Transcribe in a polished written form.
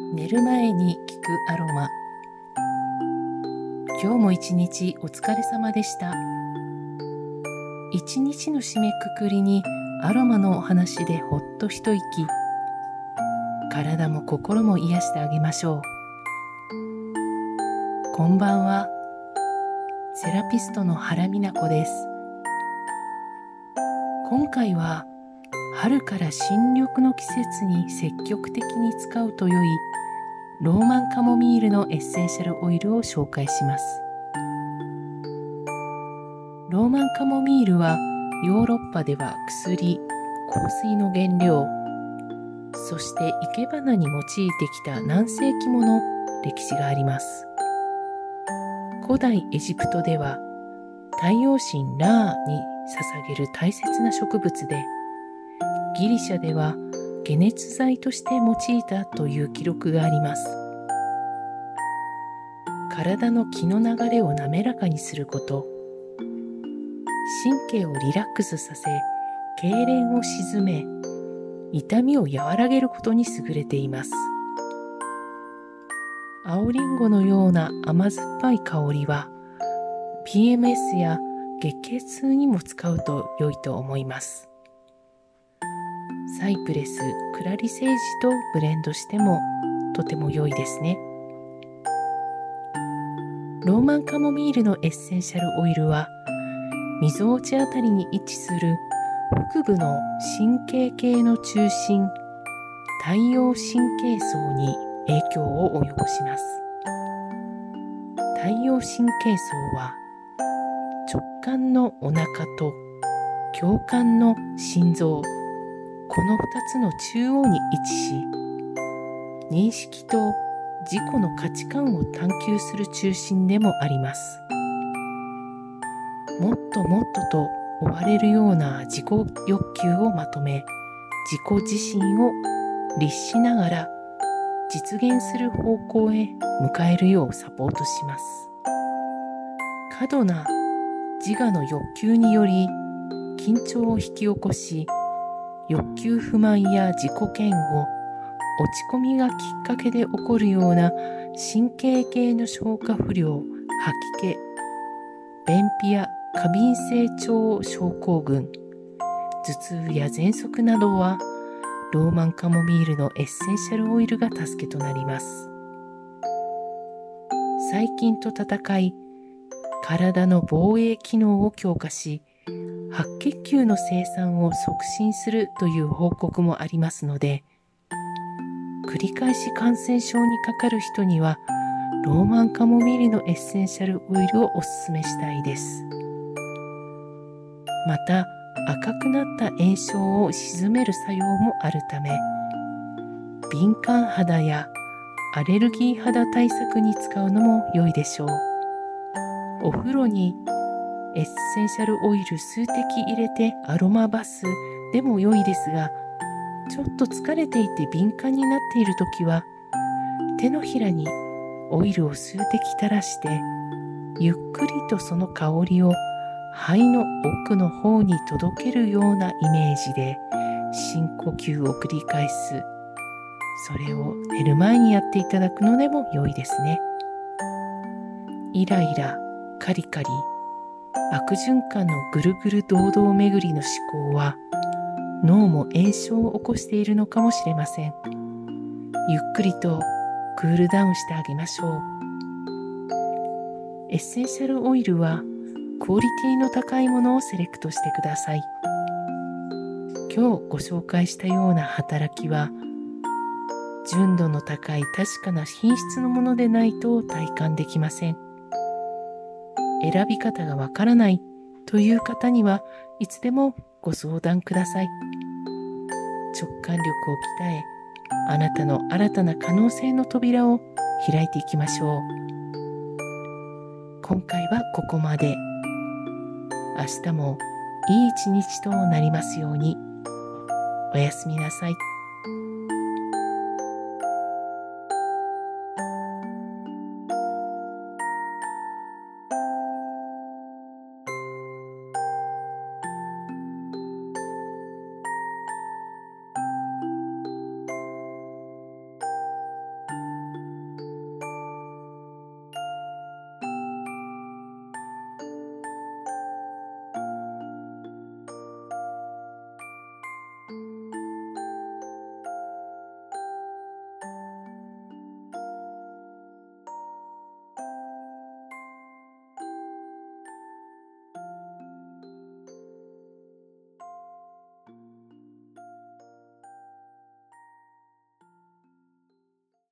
寝る前に聞くアロマ。今日も一日お疲れ様でした。一日の締めくくりにアロマのお話でほっと一息、体も心も癒してあげましょう。こんばんは。セラピストの原美奈子です。今回は春から新緑の季節に積極的に使うと良いローマンカモミールのエッセンシャルオイルを紹介します。ローマンカモミールはヨーロッパでは薬、香水の原料、そして生け花に用いてきた何世紀もの歴史があります。古代エジプトでは太陽神ラーに捧げる大切な植物で、ギリシャでは解熱剤として用いたという記録があります。体の気の流れを滑らかにすること、神経をリラックスさせ、痙攣を鎮め、痛みを和らげることに優れています。青りんごのような甘酸っぱい香りは、PMS や月経痛にも使うと良いと思います。サイプレス、クラリセージとブレンドしてもとても良いですね。ローマンカモミールのエッセンシャルオイルは、みぞおちあたりに位置する腹部の神経系の中心、太陽神経層に影響を及ぼします。太陽神経層は直感のお腹と共感の心臓、この2つの中央に位置し、認識と自己の価値観を探求する中心でもあります。もっともっとと追われるような自己欲求をまとめ、自己自身を律しながら実現する方向へ迎えるようサポートします。過度な自我の欲求により緊張を引き起こし、欲求不満や自己嫌悪、落ち込みがきっかけで起こるような神経系の消化不良、吐き気、便秘や過敏性腸症候群、頭痛や喘息などはローマンカモミールのエッセンシャルオイルが助けとなります。細菌と戦い、体の防衛機能を強化し、白血球の生産を促進するという報告もありますので、繰り返し感染症にかかる人にはローマンカモミールのエッセンシャルオイルをおすすめしたいです。また、赤くなった炎症を鎮める作用もあるため、敏感肌やアレルギー肌対策に使うのも良いでしょう。お風呂にエッセンシャルオイル数滴入れてアロマバスでも良いですが、ちょっと疲れていて敏感になっているときは、手のひらにオイルを数滴垂らして、ゆっくりとその香りを肺の奥の方に届けるようなイメージで深呼吸を繰り返す。それを寝る前にやっていただくのでも良いですね。イライラ、カリカリ、悪循環のぐるぐる堂々巡りの思考は、脳も炎症を起こしているのかもしれません。ゆっくりとクールダウンしてあげましょう。エッセンシャルオイルはクオリティの高いものをセレクトしてください。今日ご紹介したような働きは、純度の高い確かな品質のものでないと体感できません。選び方がわからないという方にはいつでもご相談ください。直感力を鍛え、あなたの新たな可能性の扉を開いていきましょう。今回はここまで。明日もいい一日となりますように。おやすみなさい。